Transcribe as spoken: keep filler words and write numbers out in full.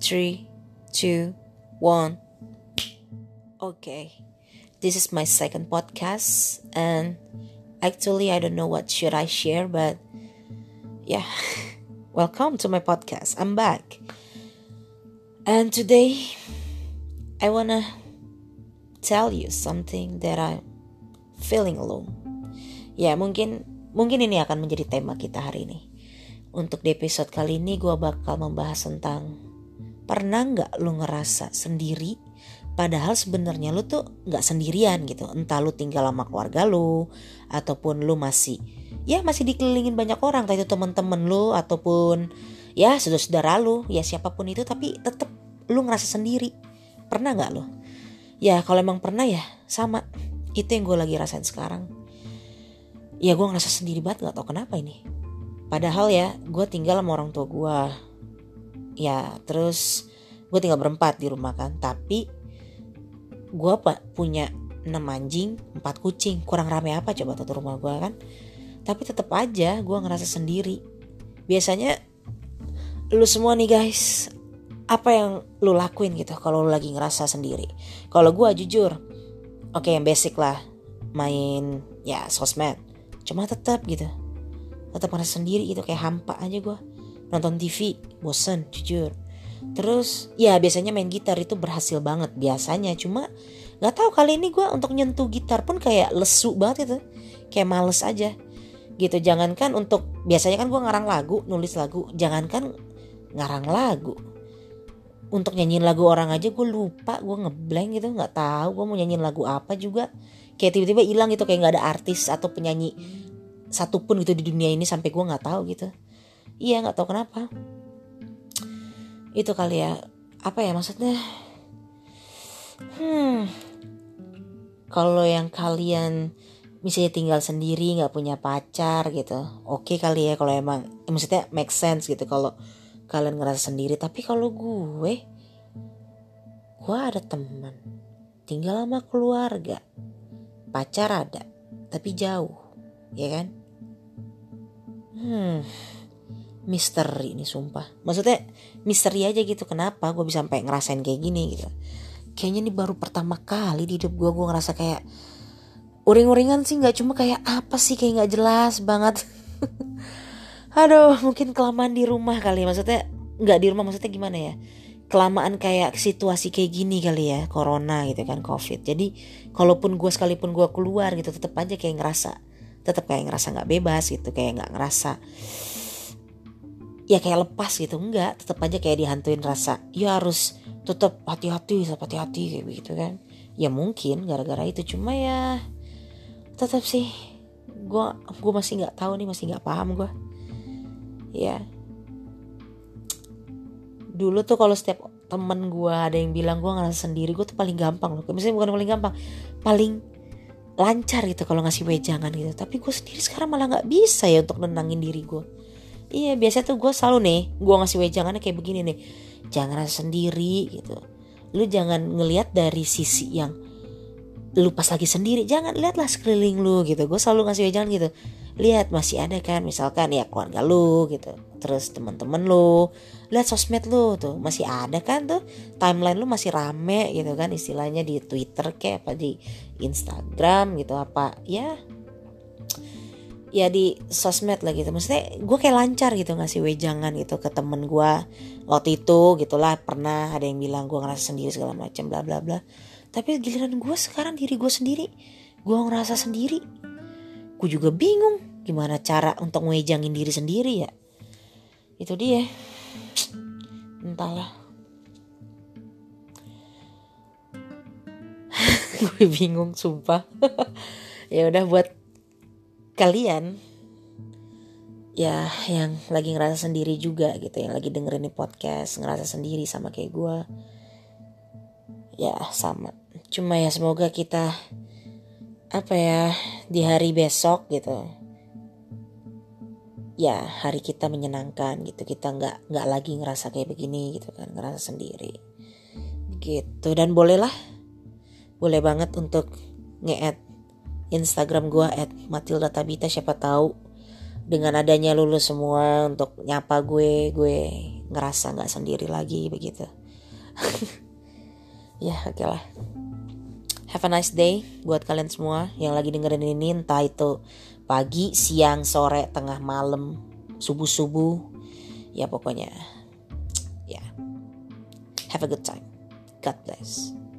three, two, one. Okay, this is my second podcast, and actually I don't know what should I share, but yeah, welcome to my podcast. I'm back, and today I wanna tell you something that I'm feeling alone. Ya mungkin mungkin ini akan menjadi tema kita hari ini. Untuk di episode kali ini gue bakal membahas tentang pernah nggak lu ngerasa sendiri, padahal sebenarnya lu tuh nggak sendirian gitu. Entah lu tinggal sama keluarga lu, ataupun lu masih ya masih dikelilingin banyak orang, entah itu teman-teman lu ataupun ya saudara-saudara lu, ya siapapun itu, tapi tetap lu ngerasa sendiri. Pernah nggak lu? Ya kalau emang pernah ya sama, itu yang gue lagi rasain sekarang. Ya gue ngerasa sendiri banget, nggak tau kenapa ini. Padahal ya gue tinggal sama orang tua gue. Ya terus gue tinggal berempat di rumah kan. Tapi gue pak punya enam anjing, empat kucing. Kurang rame apa coba tuh rumah gue kan. Tapi tetap aja gue ngerasa sendiri. Biasanya lu semua nih guys, apa yang lu lakuin gitu kalau lu lagi ngerasa sendiri? Kalau gue jujur, oke okay, yang basic lah, main ya sosmed. Cuma tetap gitu, tetap ngerasa sendiri gitu, kayak hampa aja gue. Nonton T V bosen jujur. Terus ya biasanya main gitar itu berhasil banget biasanya. Cuma gak tahu kali ini gue untuk nyentuh gitar pun kayak lesu banget gitu, kayak males aja gitu. Jangankan untuk, biasanya kan gue ngarang lagu, nulis lagu. Jangankan ngarang lagu, untuk nyanyiin lagu orang aja gue lupa, gue ngeblank gitu, gak tahu gue mau nyanyiin lagu apa juga. Kayak tiba-tiba hilang gitu, kayak gak ada artis atau penyanyi satupun gitu di dunia ini sampai gue gak tahu gitu. Iya gak tahu kenapa. Itu kali ya, apa ya maksudnya, Hmm kalau yang kalian misalnya tinggal sendiri, gak punya pacar gitu, oke kali ya kalau emang eh, maksudnya make sense gitu kalau kalian ngerasa sendiri. Tapi kalau gue Gue ada teman, tinggal sama keluarga, pacar ada tapi jauh, ya kan. Hmm Misteri nih sumpah. Maksudnya misteri aja gitu, kenapa gue bisa sampai ngerasain kayak gini gitu. Kayaknya ini baru pertama kali di hidup gue gue ngerasa kayak uring-uringan sih, gak, cuma kayak apa sih, kayak gak jelas banget. Aduh, mungkin kelamaan di rumah kali. Maksudnya gak di rumah, maksudnya gimana ya, kelamaan kayak situasi kayak gini kali ya, corona gitu kan, covid. Jadi kalaupun gue sekalipun gue keluar gitu, tetap aja kayak ngerasa, tetap kayak ngerasa gak bebas gitu, kayak gak ngerasa ya kayak lepas gitu, enggak, tetap aja kayak dihantuin rasa ya harus tetap hati-hati, tetap hati-hati kayak begitu kan. Ya mungkin gara-gara itu, cuma ya tetap sih gue gue masih nggak tahu nih, masih nggak paham gue. Ya dulu tuh kalau setiap temen gue ada yang bilang gue ngerasa sendiri, gue tuh paling gampang loh, misalnya bukan paling gampang, paling lancar gitu kalau ngasih wejangan gitu. Tapi gue sendiri sekarang malah nggak bisa ya untuk nenangin diri gue. Iya biasanya tuh gue selalu nih, gue ngasih wejangannya kayak begini nih, jangan rasa sendiri gitu. Lu jangan ngelihat dari sisi yang lu pas lagi sendiri, jangan, lihatlah sekeliling lu gitu. Gue selalu ngasih wejangan gitu, lihat masih ada kan, misalkan ya keluarga lu gitu, terus teman-teman lu, lihat sosmed lu tuh masih ada kan tuh, timeline lu masih rame gitu kan, istilahnya di Twitter kayak apa, di Instagram gitu, apa ya ya di sosmed lah gitu. Maksudnya gue kayak lancar gitu ngasih wejangan gitu ke temen gue waktu itu gitulah. Pernah ada yang bilang gue ngerasa sendiri segala macam bla bla bla. Tapi giliran gue sekarang, diri gue sendiri, gue ngerasa sendiri, gue juga bingung gimana cara untuk ngejangin diri sendiri ya. Itu dia, entahlah. Gue bingung sumpah. Ya udah, buat kalian ya yang lagi ngerasa sendiri juga gitu, yang lagi dengerin nih podcast ngerasa sendiri sama kayak gue, ya sama. Cuma ya semoga kita apa ya, di hari besok gitu ya hari kita menyenangkan gitu, kita nggak nggak lagi ngerasa kayak begini gitu kan, ngerasa sendiri gitu. Dan bolehlah, boleh banget untuk nge-add Instagram gue at matilda tabita, siapa tahu dengan adanya lulus semua untuk nyapa gue, gue ngerasa gak sendiri lagi begitu. Ya oke okay lah. Have a nice day buat kalian semua yang lagi dengerin ini, entah itu pagi, siang, sore, tengah malam, subuh-subuh. Ya pokoknya ya. Yeah. Have a good time. God bless.